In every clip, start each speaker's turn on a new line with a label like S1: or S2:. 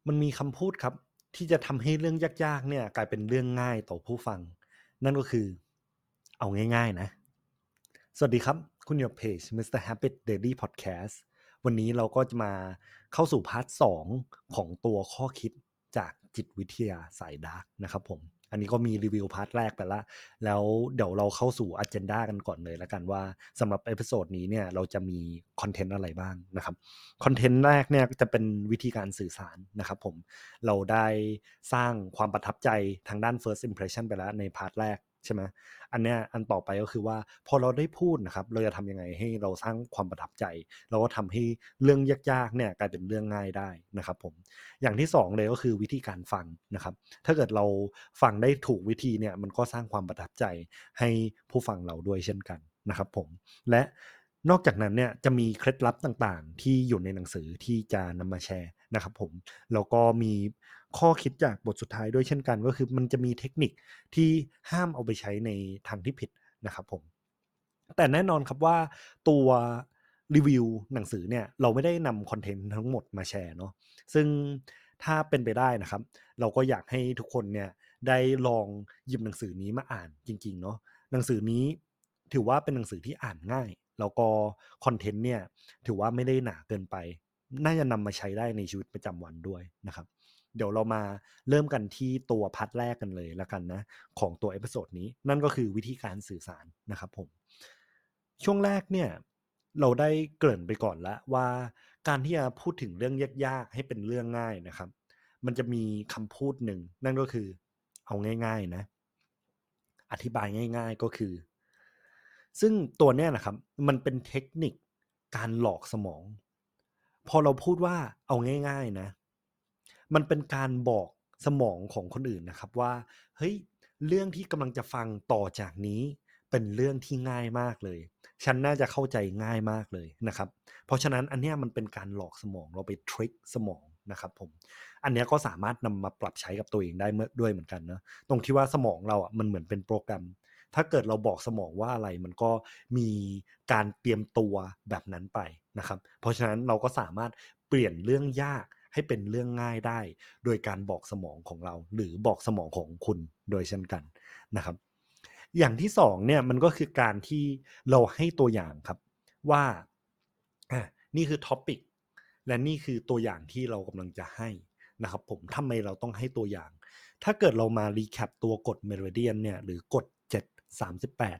S1: มันมีคำพูดครับที่จะทำให้เรื่องยากๆเนี่ยกลายเป็นเรื่องง่ายต่อผู้ฟังนั่นก็คือเอาง่ายๆนะสวัสดีครับคุณอยู่กับเพจ Mr. Habit Daily Podcast วันนี้เราก็จะมาเข้าสู่พาร์ท2ของตัวข้อคิดจากจิตวิทยาสายดาร์กนะครับผมอันนี้ก็มีรีวิวพาร์ทแรกไปแล้วเดี๋ยวเราเข้าสู่ agenda กันก่อนเลยแล้วกันว่าสำหรับเอพิโซดนี้เนี่ยเราจะมีคอนเทนต์อะไรบ้างนะครับ คอนเทนต์แรกเนี่ยจะเป็นวิธีการสื่อสารนะครับผมเราได้สร้างความประทับใจทางด้าน first impression ไปแล้วในพาร์ทแรกใช่ไหมอันเนี้ยอันต่อไปก็คือว่าพอเราได้พูดนะครับเราจะทำยังไงให้เราสร้างความประทับใจเราก็ทำให้เรื่องยากๆเนี่ยกลายเป็นเรื่องง่ายได้นะครับผมอย่างที่สองเลยก็คือวิธีการฟังนะครับถ้าเกิดเราฟังได้ถูกวิธีเนี่ยมันก็สร้างความประทับใจให้ผู้ฟังเราด้วยเช่นกันนะครับผมและ นอกจากนั้นเนี่ยจะมีเคล็ดลับต่างๆที่อยู่ในหนังสือที่จะนำมาแชร์นะครับผมแล้วก็มีข้อคิดจากบทสุดท้ายด้วยเช่นกันก็คือมันจะมีเทคนิคที่ห้ามเอาไปใช้ในทางที่ผิดนะครับผมแต่แน่นอนครับว่าตัวรีวิวหนังสือเนี่ยเราไม่ได้นำคอนเทนต์ทั้งหมดมาแชร์เนาะซึ่งถ้าเป็นไปได้นะครับเราก็อยากให้ทุกคนเนี่ยได้ลองหยิบหนังสือนี้มาอ่านจริงๆเนาะ หนังสือนี้ถือว่าเป็นหนังสือที่อ่านง่ายแล้วก็คอนเทนต์เนี่ยถือว่าไม่ได้หนาเกินไปน่าจะนำมาใช้ได้ในชีวิตประจำวันด้วยนะครับเดี๋ยวเรามาเริ่มกันที่ตัวพาร์ทแรกกันเลยแล้วกันนะของตัวเอพิโซดนี้นั่นก็คือวิธีการสื่อสารนะครับผมช่วงแรกเนี่ยเราได้เกริ่นไปก่อนแล้วว่าการที่จะพูดถึงเรื่องยากๆให้เป็นเรื่องง่ายนะครับมันจะมีคำพูดหนึ่งนั่นก็คือเอาง่ายๆนะ อธิบายง่ายๆก็คือซึ่งตัวเนี้ยนะครับมันเป็นเทคนิคการหลอกสมองพอเราพูดว่าเอาง่ายๆนะมันเป็นการบอกสมองของคนอื่นนะครับว่าเฮ้ยเรื่องที่กำลังจะฟังต่อจากนี้เป็นเรื่องที่ง่ายมากเลยฉันน่าจะเข้าใจง่ายมากเลยนะครับเพราะฉะนั้นอันเนี้ยมันเป็นการหลอกสมองเราไปทริคสมองนะครับผมอันเนี้ยก็สามารถนำมาปรับใช้กับตัวเองได้ด้วยเหมือนกันนะ ตรงที่ว่าสมองเราอ่ะมันเหมือนเป็นโปรแกรมถ้าเกิดเราบอกสมองว่าอะไรมันก็มีการเตรียมตัวแบบนั้นไปนะครับเพราะฉะนั้นเราก็สามารถเปลี่ยนเรื่องยากให้เป็นเรื่องง่ายได้โดยการบอกสมองของเราหรือบอกสมองของคุณโดยเช่นกันนะครับอย่างที่สองเนี่ยมันก็คือการที่เราให้ตัวอย่างครับว่าอ่ะนี่คือท็อปิกและนี่คือตัวอย่างที่เรากำลังจะให้นะครับผมทำไมเราต้องให้ตัวอย่าง ถ้าเกิดเรามารีแคปตัวกฎเมโลเดียนเนี่ยหรือกฎ7 38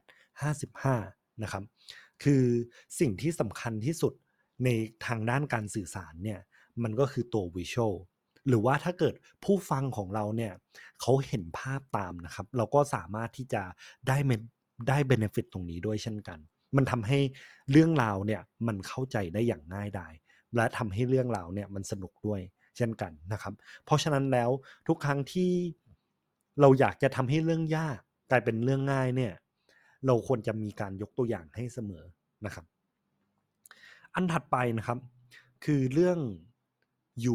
S1: 55นะครับคือสิ่งที่สำคัญที่สุดในทางด้านการสื่อสารเนี่ยมันก็คือตัววิชวลหรือว่าถ้าเกิดผู้ฟังของเราเนี่ยเขาเห็นภาพตามนะครับเราก็สามารถที่จะได้เมได้เบนฟิตตรงนี้ด้วยเช่นกันมันทำให้เรื่องราวเนี่ยมันเข้าใจได้อย่างง่ายดายและทำให้เรื่องราวเนี่ยมันสนุกด้วยเช่นกันนะครับ เพราะฉะนั้นแล้วทุกครั้งที่เราอยากจะทำให้เรื่องยากกลายเป็นเรื่องง่ายเนี่ยเราควรจะมีการยกตัวอย่างให้เสมอนะครับอันถัดไปนะครับคือเรื่อง you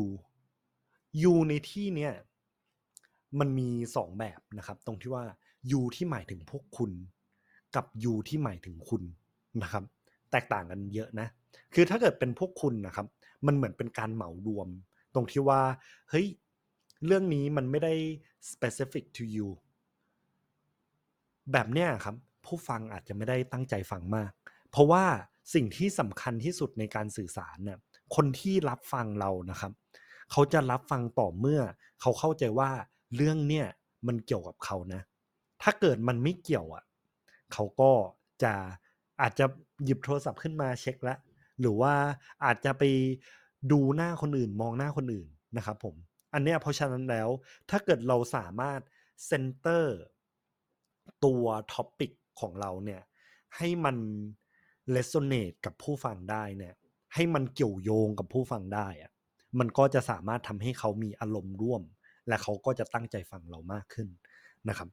S1: you ในที่เนี้ยมันมี2แบบนะครับตรงที่ว่า you ที่หมายถึงพวกคุณกับ you ที่หมายถึงคุณนะครับแตกต่างกันเยอะนะคือถ้าเกิดเป็นพวกคุณนะครับมันเหมือนเป็นการเหมารวม ตรงที่ว่าเฮ้ยเรื่องนี้มันไม่ได้ specific to you แบบเนี้ยครับผู้ฟังอาจจะไม่ได้ตั้งใจฟังมากเพราะว่าสิ่งที่สำคัญที่สุดในการสื่อสารเนี่ยคนที่รับฟังเรานะครับเขาจะรับฟังต่อเมื่อเขาเข้าใจว่าเรื่องเนี่ยมันเกี่ยวกับเขานะถ้าเกิดมันไม่เกี่ยวอ่ะเขาก็จะอาจจะหยิบโทรศัพท์ขึ้นมาเช็คแล้วหรือว่าอาจจะไปดูหน้าคนอื่นมองหน้าคนอื่นนะครับผมอันเนี้ยเพราะฉะนั้นแล้วถ้าเกิดเราสามารถเซนเตอร์ ตัวท็อปิกของเราเนี่ยให้มัน resonate กับผู้ฟังได้เนี่ยให้มันเกี่ยวโยงกับผู้ฟังได้อะมันก็จะสามารถทำให้เขามีอารมณ์ร่วมและเขาก็จะตั้งใจฟังเรามากขึ้นนะครับ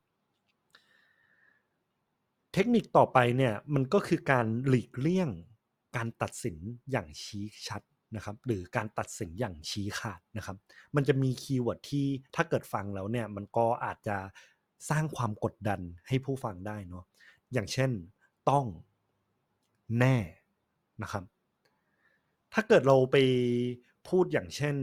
S1: เทคนิคต่อไปเนี่ยมันก็คือการหลีกเลี่ยงการตัดสินอย่างชี้ชัดนะครับหรือการตัดสินอย่างชี้ขาดนะครับมันจะมีคีย์เวิร์ดที่ถ้าเกิดฟังแล้วเนี่ยมันก็อาจจะสร้างความกดดันให้ผู้ฟังได้เนาะ อย่างเช่นต้องแน่นะครับถ้าเกิดเราไปพูดอย่างเช่น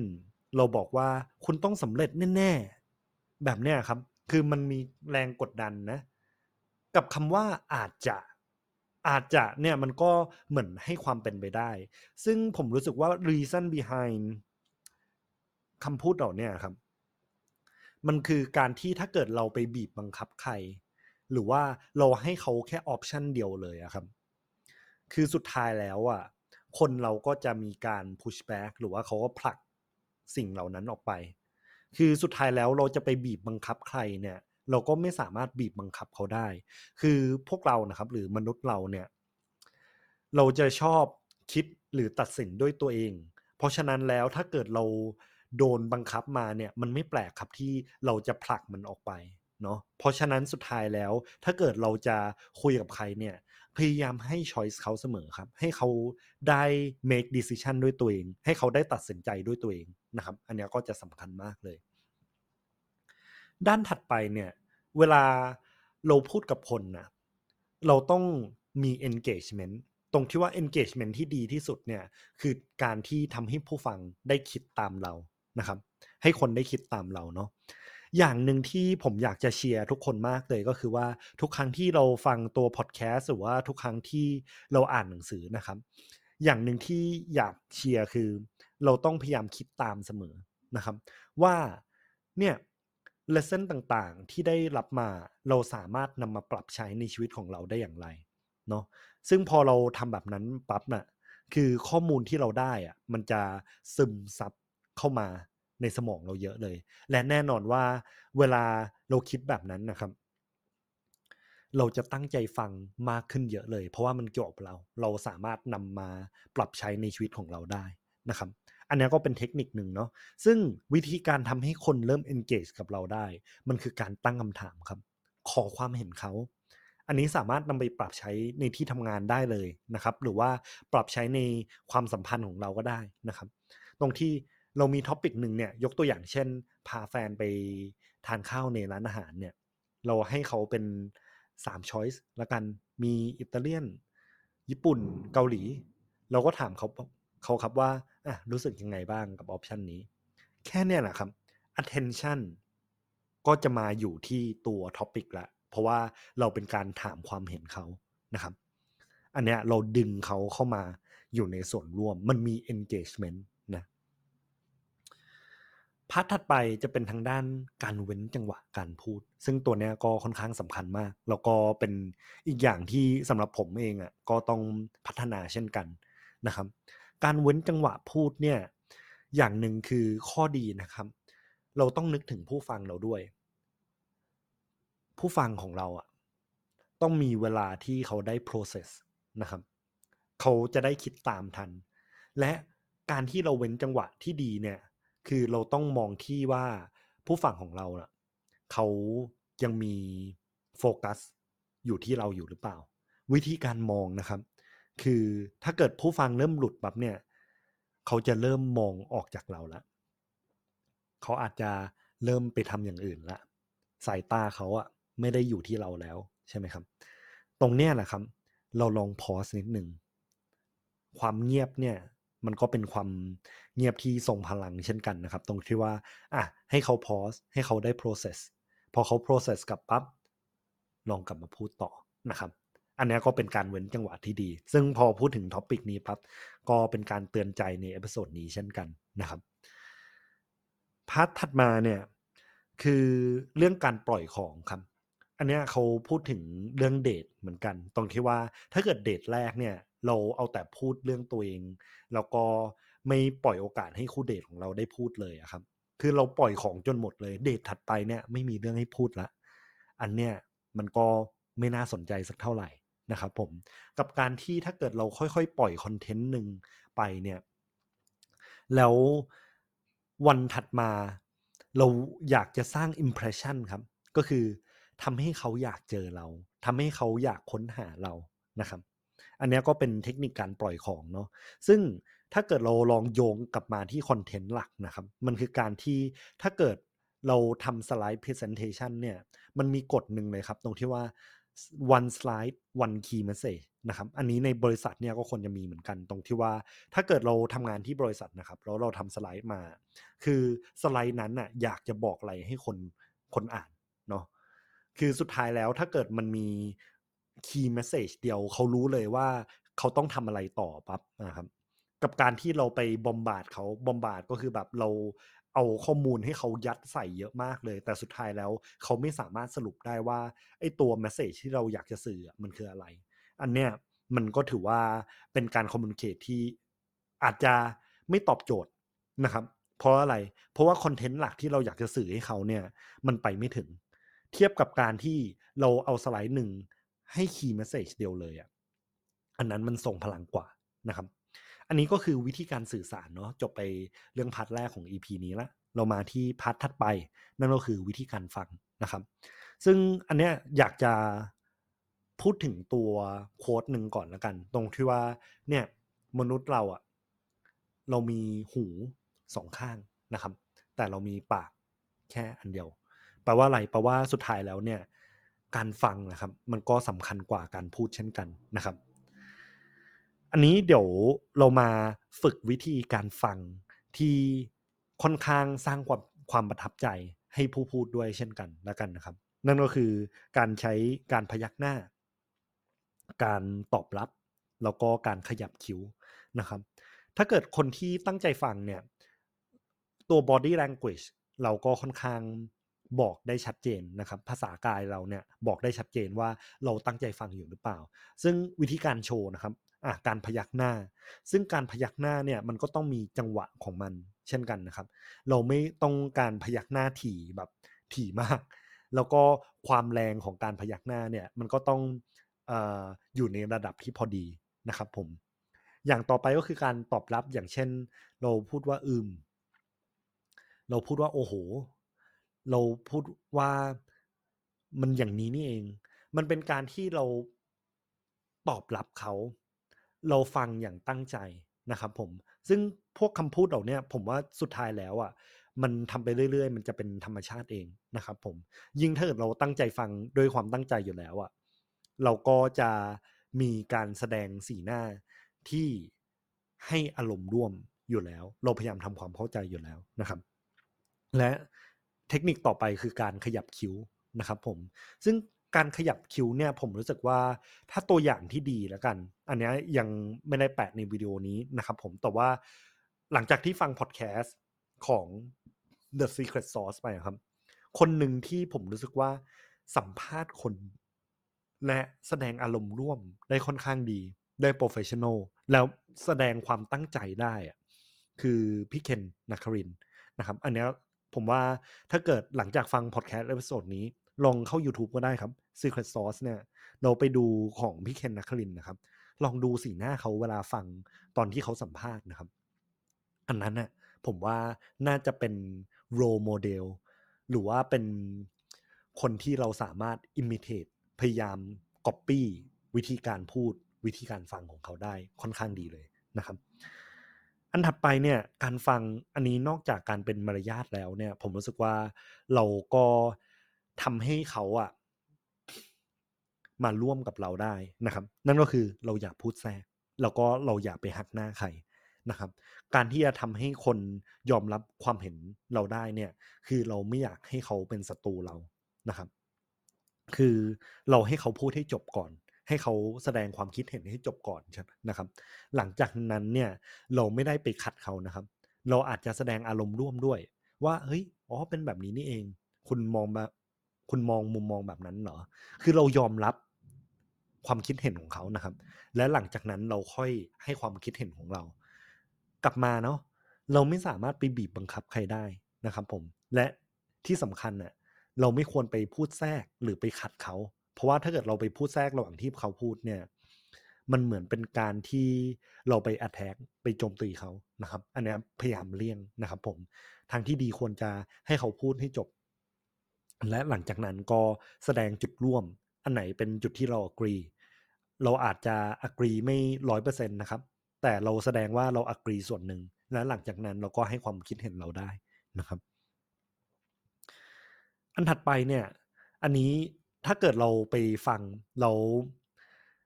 S1: เราบอกว่าคุณต้องสำเร็จแน่ๆแบบเนี้ยครับคือมันมีแรงกดดันนะกับคำว่าอาจจะเนี่ยมันก็เหมือนให้ความเป็นไปได้ซึ่งผมรู้สึกว่า reason behind คำพูดเหล่านี้ครับมันคือการที่ถ้าเกิดเราไปบีบบังคับใครหรือว่าเราให้เขาแค่ออปชันเดียวเลยอะครับคือสุดท้ายแล้วอะคนเราก็จะมีการ push back หรือว่าเขาก็ผลักสิ่งเหล่านั้นออกไปคือสุดท้ายแล้วเราจะไปบีบบังคับใครเนี่ยเราก็ไม่สามารถบีบบังคับเขาได้คือพวกเรานะครับหรือมนุษย์เราเนี่ยเราจะชอบคิดหรือตัดสินด้วยตัวเองเพราะฉะนั้นแล้วถ้าเกิดเราโดนบังคับมาเนี่ยมันไม่แปลกครับที่เราจะผลักมันออกไปเนาะเพราะฉะนั้นสุดท้ายแล้วถ้าเกิดเราจะคุยกับใครเนี่ยพยายามให้ choice เขาเสมอครับให้เขาได้ make decision ด้วยตัวเองให้เขาได้ตัดสินใจด้วยตัวเองนะครับอันนี้ก็จะสำคัญมากเลยด้านถัดไปเนี่ยเวลาเราพูดกับคนนะเราต้องมี engagement ตรงที่ว่า engagement ที่ดีที่สุดเนี่ยคือการที่ทำให้ผู้ฟังได้คิดตามเรานะครับให้คนได้คิดตามเราเนาะอย่างหนึ่งที่ผมอยากจะเชียร์ทุกคนมากเลยก็คือว่าทุกครั้งที่เราฟังตัวพอดแคสต์หรือว่าทุกครั้งที่เราอ่านหนังสือนะครับอย่างหนึ่งที่อยากเชียร์คือเราต้องพยายามคิดตามเสมอนะครับว่าเนี่ย lesson ต่างๆที่ได้รับมาเราสามารถนำมาปรับใช้ในชีวิตของเราได้อย่างไรเนาะซึ่งพอเราทำแบบนั้นปั๊บน่ะคือข้อมูลที่เราได้อะมันจะซึมซับเข้ามาในสมองเราเยอะเลยและแน่นอนว่าเวลาเราคิดแบบนั้นนะครับเราจะตั้งใจฟังมากขึ้นเยอะเลยเพราะว่ามันเกี่ยวกับเราสามารถนำมาปรับใช้ในชีวิตของเราได้นะครับอันนี้ก็เป็นเทคนิคหนึ่งเนาะซึ่งวิธีการทำให้คนเริ่ม engage กับเราได้มันคือการตั้งคำถามครับขอความเห็นเขาอันนี้สามารถนำไปปรับใช้ในที่ทำงานได้เลยนะครับหรือว่าปรับใช้ในความสัมพันธ์ของเราก็ได้นะครับตรงที่เรามีท็อปิกหนึ่งเนี่ยยกตัวอย่างเช่นพาแฟนไปทานข้าวในร้านอาหารเนี่ยเราให้เขาเป็น3 choice ละกันมีอิตาเลียนญี่ปุ่นเกาหลีเราก็ถามเขาครับว่ารู้สึกยังไงบ้างกับออปชันนี้แค่เนี่ยแหละครับ attention ก็จะมาอยู่ที่ตัว topic ละเพราะว่าเราเป็นการถามความเห็นเขานะครับอันเนี้ยเราดึงเขาเข้ามาอยู่ในส่วนร่วมมันมี engagement นะพาร์ทถัดไปจะเป็นทางด้านการเว้นจังหวะการพูดซึ่งตัวเนี้ยก็ค่อนข้างสำคัญมากแล้วก็เป็นอีกอย่างที่สำหรับผมเองอ่ะก็ต้องพัฒนาเช่นกันนะครับการเว้นจังหวะพูดเนี่ยอย่างหนึ่งคือข้อดีนะครับเราต้องนึกถึงผู้ฟังเราด้วย ผู้ฟังของเราอะต้องมีเวลาที่เขาได้ process นะครับเขาจะได้คิดตามทันและการที่เราเว้นจังหวะที่ดีเนี่ยคือเราต้องมองที่ว่าผู้ฟังของเราน่ะเขายังมีโฟกัสอยู่ที่เราอยู่หรือเปล่าวิธีการมองนะครับคือถ้าเกิดผู้ฟังเริ่มหลุดปั๊บเนี่ยเขาจะเริ่มมองออกจากเราแล้วเขาอาจจะเริ่มไปทำอย่างอื่นละ สายตาเขาอะไม่ได้อยู่ที่เราแล้วใช่ไหมครับตรงเนี้ยแหละครับเราลองพอสนิดหนึ่งความเงียบเนี่ยมันก็เป็นความเงียบที่ทรงพลังเช่นกันนะครับตรงที่ว่าให้เขาพอสให้เขาได้ process พอเขา process กลับปั๊บลองกลับมาพูดต่อนะครับอันนี้ก็เป็นการเว้นจังหวะที่ดีซึ่งพอพูดถึงท็อปิกนี้ปั๊บก็เป็นการเตือนใจในเอพิโซดนี้เช่นกันนะครับ พาร์ทถัดมาเนี่ยคือเรื่องการปล่อยของครับอันเนี้ยเขาพูดถึงเรื่องเดทเหมือนกันตรงที่ว่าถ้าเกิดเดทแรกเนี่ยเราเอาแต่พูดเรื่องตัวเองแล้วก็ไม่ปล่อยโอกาสให้คู่เดทของเราได้พูดเลยอะครับคือเราปล่อยของจนหมดเลยเดทถัดไปเนี่ยไม่มีเรื่องให้พูดละอันเนี้ยมันก็ไม่น่าสนใจสักเท่าไหร่นะครับผมกับการที่ถ้าเกิดเราค่อยๆปล่อยคอนเทนต์หนึ่งไปเนี่ยแล้ววันถัดมาเราอยากจะสร้าง impression ครับก็คือทำให้เขาอยากเจอเราทำให้เขาอยากค้นหาเรานะครับอันนี้ก็เป็นเทคนิคการปล่อยของเนาะซึ่งถ้าเกิดเราลองโยงกลับมาที่คอนเทนต์หลักนะครับมันคือการที่ถ้าเกิดเราทำสไลด์ presentation เนี่ยมันมีกฎหนึ่งเลยครับตรงที่ว่า one slide one key message นะครับอันนี้ในบริษัทเนี่ยก็ควรจะมีเหมือนกันตรงที่ว่าถ้าเกิดเราทำงานที่บริษัทนะครับแล้วเราทำสไลด์มาคือสไลด์นั้นน่ะอยากจะบอกอะไรให้คนอ่านเนาะคือสุดท้ายแล้วถ้าเกิดมันมี key message เดียวเขารู้เลยว่าเขาต้องทำอะไรต่อปั๊บนะครับกับการที่เราไปบอมบาร์ดเขาบอมบาร์ดก็คือแบบเราเอาข้อมูลให้เขายัดใส่เยอะมากเลยแต่สุดท้ายแล้วเขาไม่สามารถสรุปได้ว่าไอ้ตัว message ที่เราอยากจะสื่อมันคืออะไร อันเนี้ยมันก็ถือว่าเป็นการคอมมูนิเคตที่อาจจะไม่ตอบโจทย์นะครับเพราะอะไรเพราะว่าคอนเทนต์หลักที่เราอยากจะสื่อให้เขาเนี่ยมันไปไม่ถึงเทียบกับการที่เราเอาสไลด์หนึ่งให้คีย์เมสเซจเดียวเลยอ่ะอันนั้นมันส่งพลังกว่านะครับอันนี้ก็คือวิธีการสื่อสารเนาะจบไปเรื่องพาร์ทแรกของ EP นี้ละเรามาที่พาร์ทถัดไปนั่นก็คือวิธีการฟังนะครับซึ่งอันเนี้ยอยากจะพูดถึงตัวโค้ดหนึ่งก่อนละกันตรงที่ว่าเนี่ยมนุษย์เราอะเรามีหูสองข้างนะครับแต่เรามีปากแค่อันเดียวแปลว่าอะไรแปลว่าสุดท้ายแล้วเนี่ยการฟังนะครับมันก็สำคัญกว่าการพูดเช่นกันนะครับอันนี้เดี๋ยวเรามาฝึกวิธีการฟังที่ค่อนข้างสร้างความประทับใจให้ผู้พูดด้วยเช่นกันแล้วกันนะครับนั่นก็คือการใช้การพยักหน้าการตอบรับแล้วก็การขยับคิ้วนะครับถ้าเกิดคนที่ตั้งใจฟังเนี่ยตัว body language เราก็ค่อนข้างบอกได้ชัดเจนนะครับภาษากายเราเนี่ยบอกได้ชัดเจนว่าเราตั้งใจฟังอยู่หรือเปล่าซึ่งวิธีการโชว์นะครับการพยักหน้าซึ่งการพยักหน้าเนี่ยมันก็ต้องมีจังหวะของมันเช่นกันนะครับเราไม่ต้องการพยักหน้าถี่แบบถี่มากแล้วก็ความแรงของการพยักหน้าเนี่ยมันก็ต้องอยู่ในระดับที่พอดีนะครับผมอย่างต่อไปก็คือการตอบรับอย่างเช่นเราพูดว่าเราพูดว่าโอ้โหเราพูดว่ามันอย่างนี้นี่เองมันเป็นการที่เราตอบรับเขาเราฟังอย่างตั้งใจนะครับผมซึ่งพวกคำพูดเหล่านี้ผมว่าสุดท้ายแล้วอ่ะมันทำไปเรื่อยๆมันจะเป็นธรรมชาติเองนะครับผมยิ่งถ้าเกิดเราตั้งใจฟังด้วยความตั้งใจอยู่แล้วอ่ะเราก็จะมีการแสดงสีหน้าที่ให้อารมณ์ร่วมอยู่แล้วเราพยายามทำความเข้าใจอยู่แล้วนะครับ และเทคนิคต่อไปคือการขยับคิ้วนะครับผมซึ่งการขยับคิ้วเนี่ยผมรู้สึกว่าถ้าตัวอย่างที่ดีแล้วกันอันนี้ยังไม่ได้แปะในวิดีโอนี้นะครับผมแต่ว่าหลังจากที่ฟังพอดแคสต์ของ The Secret Sauce ไปครับคนหนึ่งที่ผมรู้สึกว่าสัมภาษณ์คนและแสดงอารมณ์ร่วมได้ค่อนข้างดีได้โปรเฟชชั่นอลแล้วแสดงความตั้งใจได้อะคือพี่เคนนักครินทร์ นะครับอันเนี้ยผมว่าถ้าเกิดหลังจากฟังพอดแคสต์เอพิโซดนี้ลองเข้า YouTube ก็ได้ครับ Secret Sauce เนี่ยเราไปดูของพี่เคนนักครินทร์นะครับลองดูสีหน้าเขาเวลาฟังตอนที่เขาสัมภาษณ์นะครับอันนั้นน่ะผมว่าน่าจะเป็น role model หรือว่าเป็นคนที่เราสามารถ imitate พยายาม copy วิธีการพูดวิธีการฟังของเขาได้ค่อนข้างดีเลยนะครับ อันถัดไปเนี่ยการฟังอันนี้นอกจากการเป็นมารยาทแล้วเนี่ยผมรู้สึกว่าเราก็ทำให้เขาอะมาร่วมกับเราได้นะครับนั่นก็คือเราอย่าพูดแทรกแล้วก็เราอย่าไปหักหน้าใครนะครับการที่จะทำให้คนยอมรับความเห็นเราได้เนี่ยคือเราไม่อยากให้เขาเป็นศัตรูเรานะครับคือเราให้เขาพูดให้จบก่อนให้เขาแสดงความคิดเห็นให้จบก่อนนะครับ หลังจากนั้นเนี่ยเราไม่ได้ไปขัดเขานะครับเราอาจจะแสดงอารมณ์ร่วมด้วยว่าเฮ้ยอ๋อเป็นแบบนี้นี่เองคุณมองแบบคุณมองมุมมองแบบนั้นเหรอคือเรายอมรับความคิดเห็นของเขานะครับและหลังจากนั้นเราค่อยให้ความคิดเห็นของเรากลับมาเนาะเราไม่สามารถไปบีบบังคับใครได้นะครับผมและที่สำคัญน่ะเราไม่ควรไปพูดแทรกหรือไปขัดเขาเพราะว่าถ้าเกิดเราไปพูดแทรกระหว่างที่เขาพูดเนี่ยมันเหมือนเป็นการที่เราไป attack ไปโจมตีเขานะครับอันนี้พยายามเลี่ยงนะครับผมทางที่ดีควรจะให้เขาพูดให้จบและหลังจากนั้นก็แสดงจุดร่วมอันไหนเป็นจุดที่เรา agree เราอาจจะ agree ไม่100%นะครับแต่เราแสดงว่าเรา agree ส่วนหนึ่งและหลังจากนั้นเราก็ให้ความคิดเห็นเราได้นะครับ อันถัดไปเนี่ยอันนี้ถ้าเกิดเราไปฟังแล้ว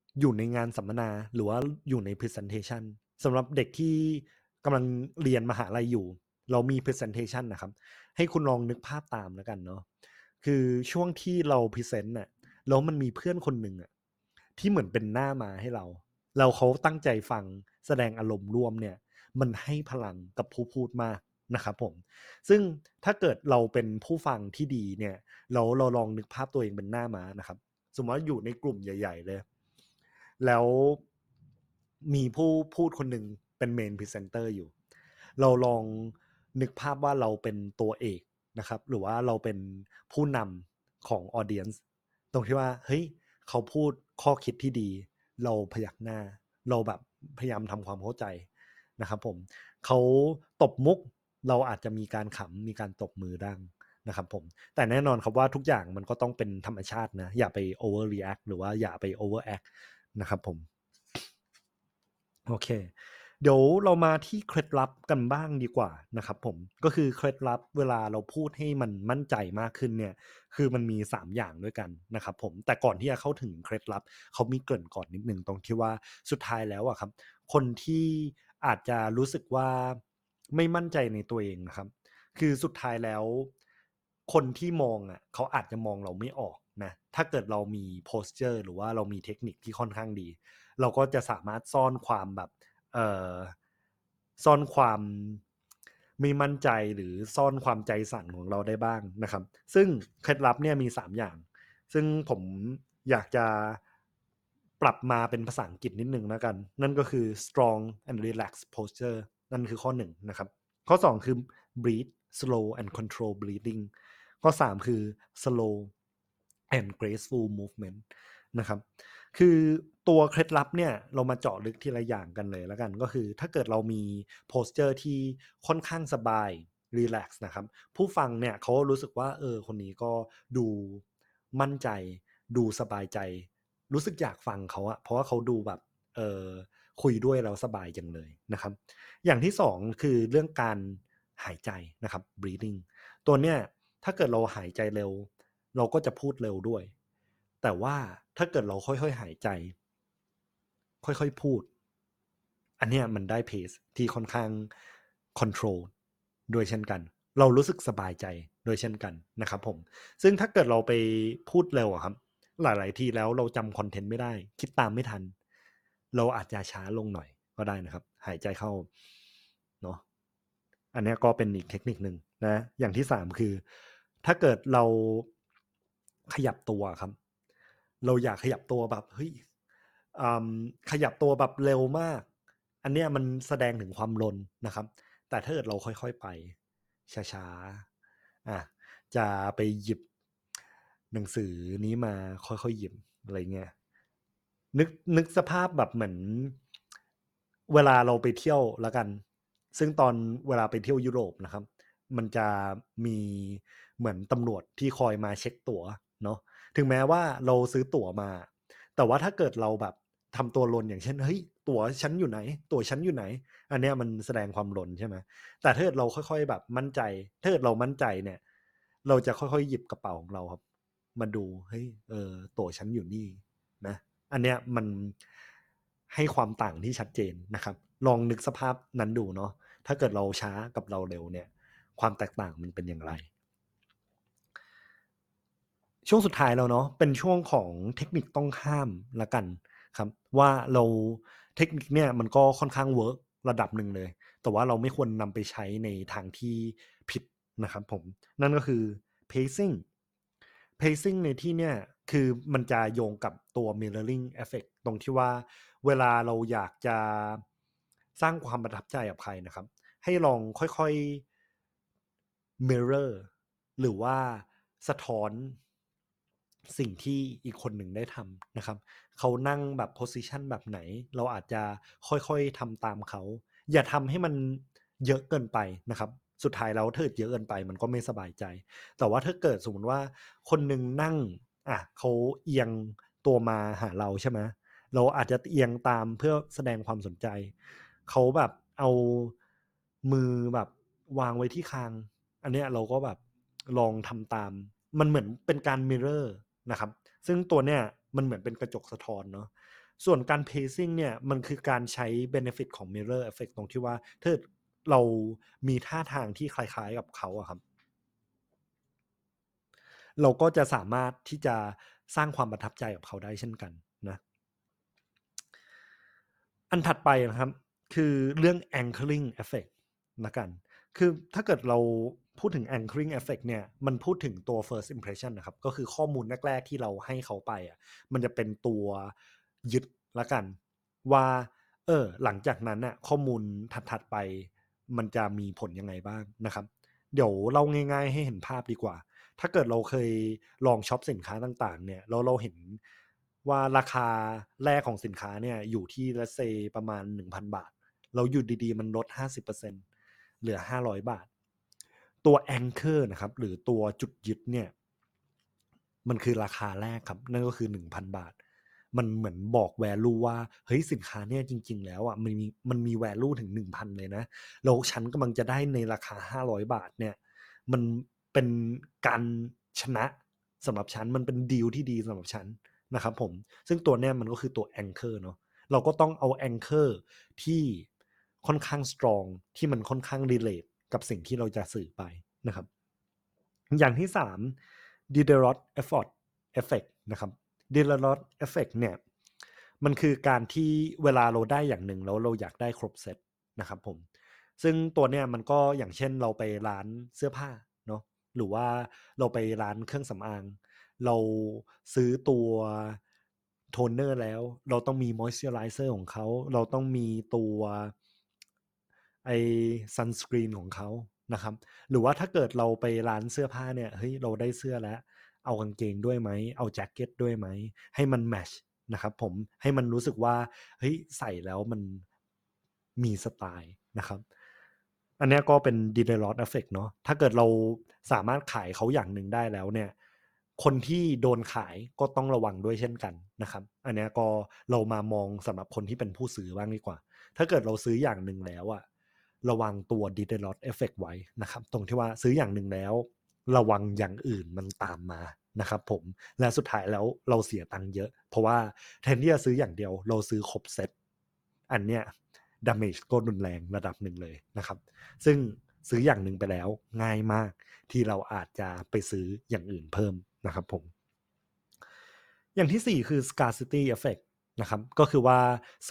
S1: อยู่ในงานสัมมนาหรือว่าอยู่ใน presentation สำหรับเด็กที่กำลังเรียนมหาลัยอยู่เรามี presentation นะครับให้คุณลองนึกภาพตามแล้วกันเนาะคือช่วงที่เรา present น่ะแล้วมันมีเพื่อนคนหนึ่งอะที่เหมือนเป็นหน้ามาให้เราแล้วเขาตั้งใจฟังแสดงอารมณ์ร่วมเนี่ยมันให้พลังกับผู้พูดมากนะครับผมซึ่งถ้าเกิดเราเป็นผู้ฟังที่ดีเนี่ยเราลองนึกภาพตัวเองเป็นหน้าม้านะครับสมมติว่าอยู่ในกลุ่มใหญ่ๆเลยแล้วมีผู้พูดคนหนึ่งเป็นเมนพรีเซนเตอร์อยู่เราลองนึกภาพว่าเราเป็นตัวเอกนะครับหรือว่าเราเป็นผู้นำของออเดียนซ์ตรงที่ว่าเฮ้ยเขาพูดข้อคิดที่ดีเราพยักหน้าเราแบบพยายามทำความเข้าใจนะครับผมเขาตบมุกเราอาจจะมีการขำมีการตบมือดังนะครับผมแต่แน่นอนครับว่าทุกอย่างมันก็ต้องเป็นธรรมชาตินะอย่าไป overreact หรือว่าอย่าไป overact นะครับผมโอเคเดี๋ยวเรามาที่เคล็ดลับกันบ้างดีกว่านะครับผมก็คือเคล็ดลับเวลาเราพูดให้มันมั่นใจมากขึ้นเนี่ยคือมันมี3อย่างด้วยกันนะครับผมแต่ก่อนที่จะเข้าถึงเคล็ดลับเขามีเกริ่นก่อนนิดนึงตรงที่ว่าสุดท้ายแล้วอะครับคนที่อาจจะรู้สึกว่าไม่มั่นใจในตัวเองนะครับคือสุดท้ายแล้วคนที่มองอะเขาอาจจะมองเราไม่ออกนะถ้าเกิดเรามี posture หรือว่าเรามีเทคนิคที่ค่อนข้างดี เราก็จะสามารถซ่อนความแบบเอ่อซ่อนความไม่มั่นใจหรือซ่อนความใจสั่นของเราได้บ้างนะครับซึ่งเคล็ดลับเนี่ยมี3อย่างซึ่งผมอยากจะปรับมาเป็นภาษาอังกฤษนิดนึงแล้วกันนั่นก็คือ strong and relaxed posture นั่นคือข้อ1นะครับข้อ2คือ breathe slow and control breathing ข้อ3คือ slow and graceful movement นะครับ คือตัวเคล็ดลับเนี่ยเรามาเจาะลึกทีละอย่างกันเลยแล้วกันก็คือถ้าเกิดเรามีโพสเจอร์ที่ค่อนข้างสบายรีแลกซ์นะครับผู้ฟังเนี่ยเขารู้สึกว่าคนนี้ก็ดูมั่นใจดูสบายใจรู้สึกอยากฟังเขาอะเพราะว่าเขาดูแบบเออคุยด้วยแล้วสบายจังเลยนะครับอย่างที่สองคือเรื่องการหายใจนะครับ breathing ตัวเนี้ยถ้าเกิดเราหายใจเร็วเราก็จะพูดเร็วด้วย แต่ว่าถ้าเกิดเราค่อยๆหายใจค่อยๆพูดอันเนี้ยมันได้เพสที่ค่อนข้างคอนโทรลโดยเช่นกันเรารู้สึกสบายใจโดยเช่นกันนะครับผมซึ่งถ้าเกิดเราไปพูดเร็วอะครับหลายๆทีแล้วเราจำคอนเทนต์ไม่ได้คิดตามไม่ทันเราอาจจะช้าลงหน่อยก็ได้นะครับหายใจเข้าเนาะอันนี้ก็เป็นอีกเทคนิคหนึ่งนะอย่างที่3คือถ้าเกิดเราขยับตัวครับเราอยากขยับตัวแบบเฮ้ย ขยับตัวแบบเร็วมากอันเนี้ยมันแสดงถึงความลนนะครับแต่ถ้าเกิดเราค่อยๆไปช้าๆจะไปหยิบหนังสือนี้มาค่อยๆหยิบอะไรเงี้ยนึกนึกสภาพแบบเหมือนเวลาเราไปเที่ยวแล้วกันซึ่งตอนเวลาไปเที่ยวยุโรปนะครับมันจะมีเหมือนตำรวจที่คอยมาเช็คตั๋วเนาะถึงแม้ว่าเราซื้อตั๋วมา แต่ว่าถ้าเกิดเราแบบทำตัวลนอย่างเช่นเฮ้ยตั๋วฉันอยู่ไหนตั๋วฉันอยู่ไหนอันเนี้ยมันแสดงความลนใช่ไหมแต่ถ้าเกิดเราค่อยๆแบบมั่นใจถ้าเกิดเรามั่นใจเนี่ยเราจะค่อยๆหยิบกระเป๋าของเราครับมาดูเฮ้ยตั๋วฉันอยู่นี่นะอันเนี้ยมันให้ความต่างที่ชัดเจนนะครับลองนึกสภาพนั้นดูเนาะถ้าเกิดเราช้ากับเราเร็วเนี่ยความแตกต่างมันเป็นอย่างไร ช่วงสุดท้ายแล้วเนาะเป็นช่วงของเทคนิคต้องห้ามละกันครับว่าเราเทคนิคเนี่ยมันก็ค่อนข้างเวิร์กระดับหนึ่งเลยแต่ว่าเราไม่ควรนำไปใช้ในทางที่ผิดนะครับผมนั่นก็คือ pacing pacing ในที่เนี่ยคือมันจะโยงกับตัว mirroring effect ตรงที่ว่าเวลาเราอยากจะสร้างความประทับใจกับใครนะครับให้ลองค่อยๆ mirror หรือว่าสะท้อนสิ่งที่อีกคนหนึ่งได้ทำนะครับเขานั่งแบบ position แบบไหนเราอาจจะค่อยๆทำตามเขาอย่าทำให้มันเยอะเกินไปนะครับสุดท้ายแล้วถ้าเกิดเยอะเกินไปมันก็ไม่สบายใจแต่ว่าถ้าเกิดสมมติว่าคนหนึ่งนั่งเขาเอียงตัวมาหาเราใช่ไหมเราอาจจะเอียงตามเพื่อแสดงความสนใจเขาแบบเอามือแบบวางไว้ที่คางอันเนี้ยเราก็แบบลองทำตามมันเหมือนเป็นการมิเรอร์นะครับซึ่งตัวเนี้ยมันเหมือนเป็นกระจกสะท้อนเนาะส่วนการ pacing เนี่ยมันคือการใช้ benefit ของ mirror effect ตรงที่ว่าถ้าเรามีท่าทางที่คล้ายๆกับเขาอะครับเราก็จะสามารถที่จะสร้างความประทับใจกับเขาได้เช่นกันนะอันถัดไปนะครับคือเรื่อง anchoring effect ละกันคือถ้าเกิดเราพูดถึง anchoring effect เนี่ยมันพูดถึงตัว first impression นะครับก็คือข้อมูลแรกๆที่เราให้เขาไปอ่ะมันจะเป็นตัวยึดละกันว่าหลังจากนั้นน่ะข้อมูลถัดๆไปมันจะมีผลยังไงบ้างนะครับเดี๋ยวเล่าง่ายๆให้เห็นภาพดีกว่าถ้าเกิดเราเคยลองช็อปสินค้าต่างๆเนี่ยแล้วเราเห็นว่าราคาแรกของสินค้าเนี่ยอยู่ที่ let's say ประมาณ 1,000 บาทเราอยู่ดีๆมันลด 50%เหลือ 500 บาทตัว anchor นะครับหรือตัวจุดยึดเนี่ยมันคือราคาแรกครับนั่นก็คือ 1,000 บาทมันเหมือนบอก value ว่าเฮ้ยสินค้าเนี่ยจริงๆแล้วอ่ะมันมี value ถึง 1,000 เลยนะแล้วฉันกำลังจะได้ในราคา 500 บาทเนี่ยมันเป็นการชนะสำหรับฉันมันเป็นดีลที่ดีสำหรับฉันนะครับผมซึ่งตัวเนี้ยมันก็คือตัว anchor เนาะเราก็ต้องเอา anchor ที่ค่อนข้าง strong ที่มันค่อนข้าง relate กับสิ่งที่เราจะสื่อไปนะครับอย่างที่3 Diderot effect นะครับ Diderot effect เนี่ยมันคือการที่เวลาเราได้อย่างหนึ่งแล้วเราอยากได้ครบเซตนะครับผมซึ่งตัวเนี้ยมันก็อย่างเช่นเราไปร้านเสื้อผ้าเนาะหรือว่าเราไปร้านเครื่องสำอางเราซื้อตัวโทนเนอร์แล้วเราต้องมีมอยส์เจอไรเซอร์ของเขาเราต้องมีตัวไอ้ซันสกรีนของเขานะครับหรือว่าถ้าเกิดเราไปร้านเสื้อผ้าเนี่ยเฮ้ยเราได้เสื้อแล้วเอากางเกงด้วยไหมเอาแจ็คเก็ตด้วยไหมให้มันแมชนะครับผมให้มันรู้สึกว่าเฮ้ยใส่แล้วมันมีสไตล์นะครับอันนี้ก็เป็น Diderot effect เนาะถ้าเกิดเราสามารถขายเขาอย่างหนึ่งได้แล้วเนี่ยคนที่โดนขายก็ต้องระวังด้วยเช่นกันนะครับอันนี้ก็เรามามองสำหรับคนที่เป็นผู้ซื้อบ้างดีกว่าถ้าเกิดเราซื้ออย่างหนึ่งแล้วอะระวังตัว Diderot effect ไว้นะครับตรงที่ว่าซื้ออย่างหนึ่งแล้วระวังอย่างอื่นมันตามมานะครับผมและสุดท้ายแล้วเราเสียตังค์เยอะเพราะว่าแทนที่จะซื้ออย่างเดียวเราซื้อครบเซตอันเนี้ย damage ก็รุนแรงระดับหนึ่งเลยนะครับซึ่งซื้ออย่างหนึ่งไปแล้วง่ายมากที่เราอาจจะไปซื้ออย่างอื่นเพิ่มนะครับผมอย่างที่4คือ scarcity effect นะครับก็คือว่า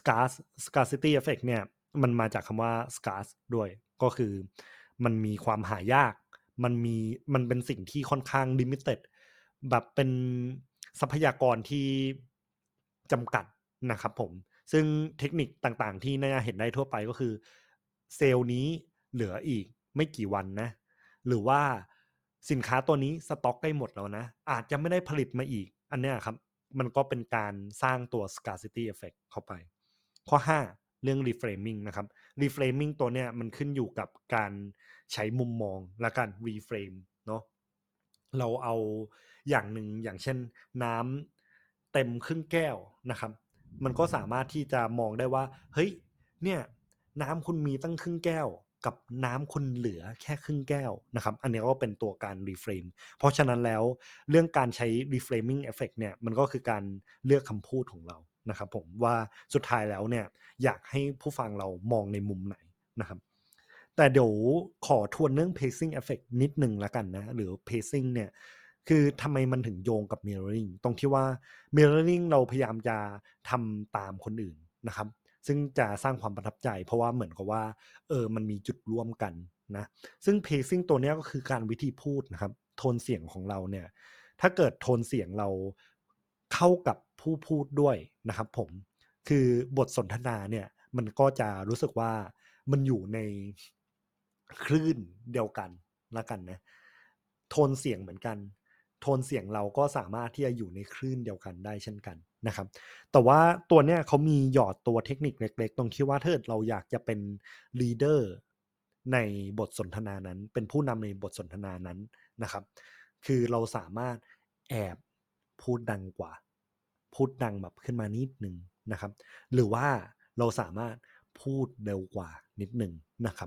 S1: scarcity effect เนี่ยมันมาจากคำว่า scarce ด้วยก็คือมันมีความหายากมันเป็นสิ่งที่ค่อนข้าง limited แบบเป็นทรัพยากรที่จำกัดนะครับผมซึ่งเทคนิคต่างๆที่น่าจะเห็นได้ทั่วไปก็คือเซลล์นี้เหลืออีกไม่กี่วันนะหรือว่าสินค้าตัวนี้สต็อกใกล้หมดแล้วนะอาจจะไม่ได้ผลิตมาอีกอันเนี้ยครับมันก็เป็นการสร้างตัว scarcity effect เข้าไปข้อ5เรื่อง reframing นะครับ reframing ตัวเนี้ยมันขึ้นอยู่กับการใช้มุมมองและการ reframe เนาะเราเอาอย่างหนึ่งอย่างเช่นน้ำเต็มครึ่งแก้วนะครับมันก็สามารถที่จะมองได้ว่าเฮ้ยเนี่ยน้ำคุณมีตั้งครึ่งแก้วกับน้ำคุณเหลือแค่ครึ่งแก้วนะครับอันนี้ก็เป็นตัวการ reframe เพราะฉะนั้นแล้วเรื่องการใช้ reframing effect เนี่ยมันก็คือการเลือกคำพูดของเรานะครับผมว่าสุดท้ายแล้วเนี่ยอยากให้ผู้ฟังเรามองในมุมไหนนะครับแต่เดี๋ยวขอทวนเรื่อง pacing effect นิดนึงละกันนะหรือ pacing เนี่ยคือทำไมมันถึงโยงกับ mirroring ตรงที่ว่า mirroring เราพยายามจะทำตามคนอื่นนะครับซึ่งจะสร้างความประทับใจเพราะว่าเหมือนกับว่ามันมีจุดร่วมกันนะซึ่ง pacing ตัวนี้ก็คือการวิธีพูดนะครับโทนเสียงของเราเนี่ยถ้าเกิดโทนเสียงเราเข้ากับผู้พูดด้วยนะครับผมคือบทสนทนาเนี่ยมันก็จะรู้สึกว่ามันอยู่ในคลื่นเดียวกันละกันนะโทนเสียงเหมือนกันโทนเสียงเราก็สามารถที่จะอยู่ในคลื่นเดียวกันได้เช่นกันนะครับแต่ว่าตัวเนี้ยเขามีหยอดตัวเทคนิคเล็กๆตรงที่ว่าถ้าเราอยากจะเป็นลีดเดอร์ในบทสนทนานั้นเป็นผู้นำในบทสนทนานั้นนะครับคือเราสามารถแอบพูดดังกว่าพูดดังแบบขึ้นมานิดนึงนะครับหรือว่าเราสามารถพูดเร็วกว่านิดนึงนะครับ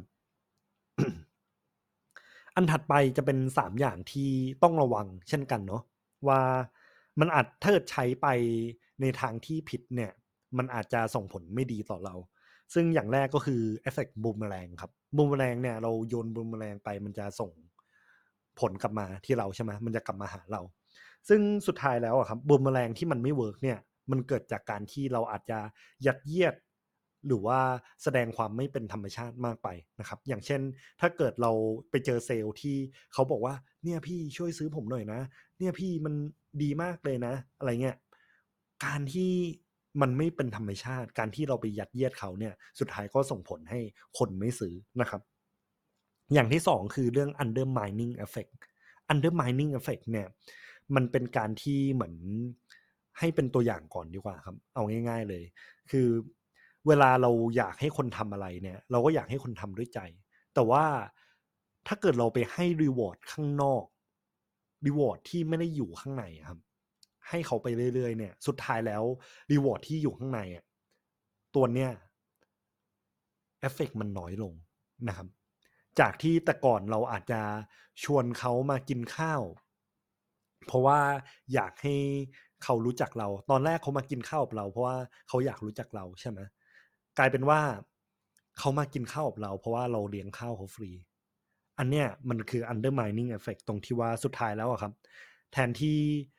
S1: อันถัดไปจะเป็น3อย่างที่ต้องระวังเช่นกันเนาะว่ามันอาจถ้าเกิดใช้ไปในทางที่ผิดเนี่ยมันอาจจะส่งผลไม่ดีต่อเราซึ่งอย่างแรกก็คือ effect boomerang ครับ boomerang เนี่ยเราโยน boomerang ไปมันจะส่งผลกลับมาที่เราใช่ไหมมันจะกลับมาหาเราซึ่งสุดท้ายแล้วอะครับ boomerang ที่มันไม่เวิร์กเนี่ยมันเกิดจากการที่เราอาจจะยัดเยียดหรือว่าแสดงความไม่เป็นธรรมชาติมากไปนะครับอย่างเช่นถ้าเกิดเราไปเจอเซลล์ที่เขาบอกว่าเนี่ยพี่ช่วยซื้อผมหน่อยนะเนี่ยพี่มันดีมากเลยนะอะไรเงี้ยการที่มันไม่เป็นธรรมชาติการที่เราไปยัดเยียดเขาเนี่ยสุดท้ายก็ส่งผลให้คนไม่ซื้อนะครับอย่างที่สองคือเรื่อง undermining effect undermining effect เนี่ยมันเป็นการที่เหมือนให้เป็นตัวอย่างก่อนดีกว่าครับเอาง่ายๆเลยคือเวลาเราอยากให้คนทำอะไรเนี่ยเราก็อยากให้คนทำด้วยใจแต่ว่าถ้าเกิดเราไปให้รีวอร์ดข้างนอกรีวอร์ดที่ไม่ได้อยู่ข้างในครับให้เขาไปเรื่อยๆเนี่ยสุดท้ายแล้วรีวอร์ดที่อยู่ข้างในอ่ะตัวเนี้ยเอฟเฟกต์มันน้อยลงนะครับ จากที่แต่ก่อนเราอาจจะชวนเขามากินข้าวเพราะว่าอยากให้เขารู้จักเราตอนแรกเขามากินข้าวกับเราเพราะว่าเขาอยากรู้จักเราใช่ไหมกลายเป็นว่าเขามากินข้าวกับเราเพราะว่าเราเลี้ยงข้าวเขาฟรีอันเนี้ยมันคือ undermining effect ตรงที่ว่าสุดท้ายแล้วอะครับแทนที่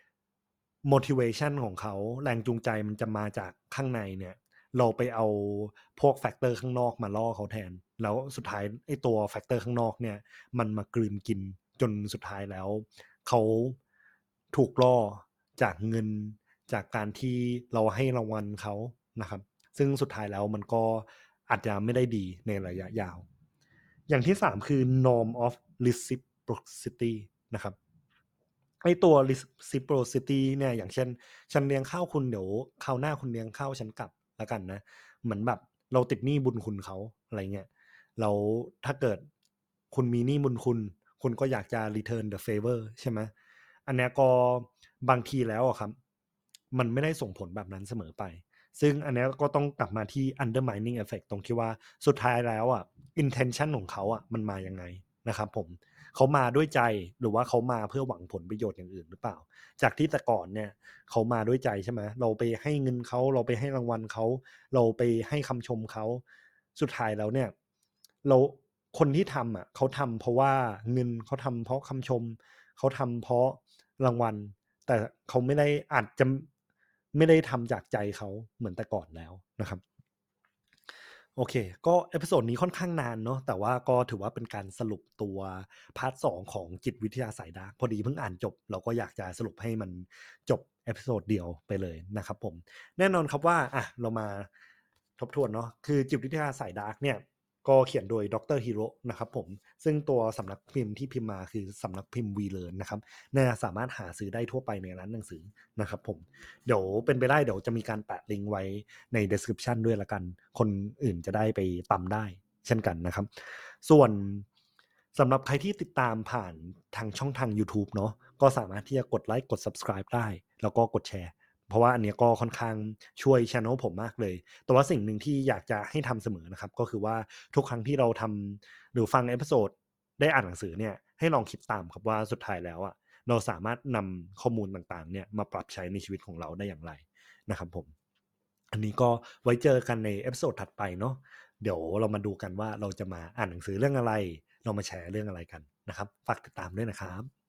S1: motivation ของเขาแรงจูงใจมันจะมาจากข้างในเนี่ยเราไปเอาพวกแฟกเตอร์ข้างนอกมาล่อเขาแทนแล้วสุดท้ายไอ้ตัวแฟกเตอร์ข้างนอกเนี่ยมันมากลืนกินจนสุดท้ายแล้วเขาถูกล่อจากเงินจากการที่เราให้รางวัลเขานะครับซึ่งสุดท้ายแล้วมันก็อาจจะไม่ได้ดีในระยะยาวอย่างที่สามคือ norm of reciprocity นะครับไอตัว reciprocity เนี่ยอย่างเช่นฉันเลี้ยงข้าวคุณเดี๋ยวคราวหน้าคุณเลี้ยงข้าวฉันกลับแล้วกันนะเหมือนแบบเราติดหนี้บุญคุณเขาอะไรเงี้ยแล้วถ้าเกิดคุณมีหนี้บุญคุณคุณก็อยากจะ return the favor ใช่ไหมอันเนี้ยก็บางทีแล้วอะครับมันไม่ได้ส่งผลแบบนั้นเสมอไปซึ่งอันเนี้ยก็ต้องกลับมาที่ undermining effect ตรงที่ว่าสุดท้ายแล้วอ่ะ intention ของเขาอ่ะมันมายังไงนะครับผม เขามาด้วยใจหรือว่าเขามาเพื่อหวังผลประโยชน์อย่างอื่นหรือเปล่าจากที่แต่ก่อนเนี่ยเขามาด้วยใจใช่ไหมเราไปให้เงินเขาเราไปให้รางวัลเขาเราไปให้คำชมเขาสุดท้ายแล้วเนี่ยเราคนที่ทำอ่ะเขาทำเพราะว่าเงินเขาทำเพราะคำชมเขาทำเพราะรางวัลแต่เขาไม่ได้อาจจะไม่ได้ทำจากใจเขาเหมือนแต่ก่อนแล้วนะครับ โอเคก็เอพิโซดนี้ค่อนข้างนานเนาะแต่ว่าก็ถือว่าเป็นการสรุปตัวพาร์ท2ของจิตวิทยาสายดาร์กพอดีเพิ่งอ่านจบเราก็อยากจะสรุปให้มันจบเอพิโซดเดียวไปเลยนะครับผมแน่นอนครับว่าเรามาทบทวนเนาะคือจิตวิทยาสายดาร์กเนี่ยก็เขียนโดยดรฮิโร่นะครับผมซึ่งตัวสำนักพิมพ์ที่พิมพ์มาคือสำนักพิมพ์วีเลนนะครับน่าสามารถหาซื้อได้ทั่วไปในร้านหนังสือนะครับผมเดี๋ยวเป็นไปได้เดี๋ยวจะมีการแปะลิงก์ไว้ใน description ด้วยละกัน คนอื่นจะได้ไปตามได้เช่นกันนะครับ ส่วนสำหรับใครที่ติดตามผ่านทางช่องทาง YouTube เนาะก็สามารถที่จะกดไลค์กด subscribe ได้แล้วก็กดแชร์เพราะว่าอันนี้ก็ค่อนข้างช่วย channel ผมมากเลยแต่ว่าสิ่งหนึ่งที่อยากจะให้ทำเสมอนะครับก็คือว่าทุกครั้งที่เราทำหรือฟังเอพิโซดได้อ่านหนังสือเนี่ยให้ลองคิดตามครับว่าสุดท้ายแล้วเราสามารถนำข้อมูลต่างๆเนี่ยมาปรับใช้ในชีวิตของเราได้อย่างไรนะครับผมอันนี้ก็ไว้เจอกันในเอพิโซดถัดไปเนาะเดี๋ยวเรามาดูกันว่าเราจะมาอ่านหนังสือเรื่องอะไรเรามาแชร์เรื่องอะไรกันนะครับฝากติดตามด้วยนะครับ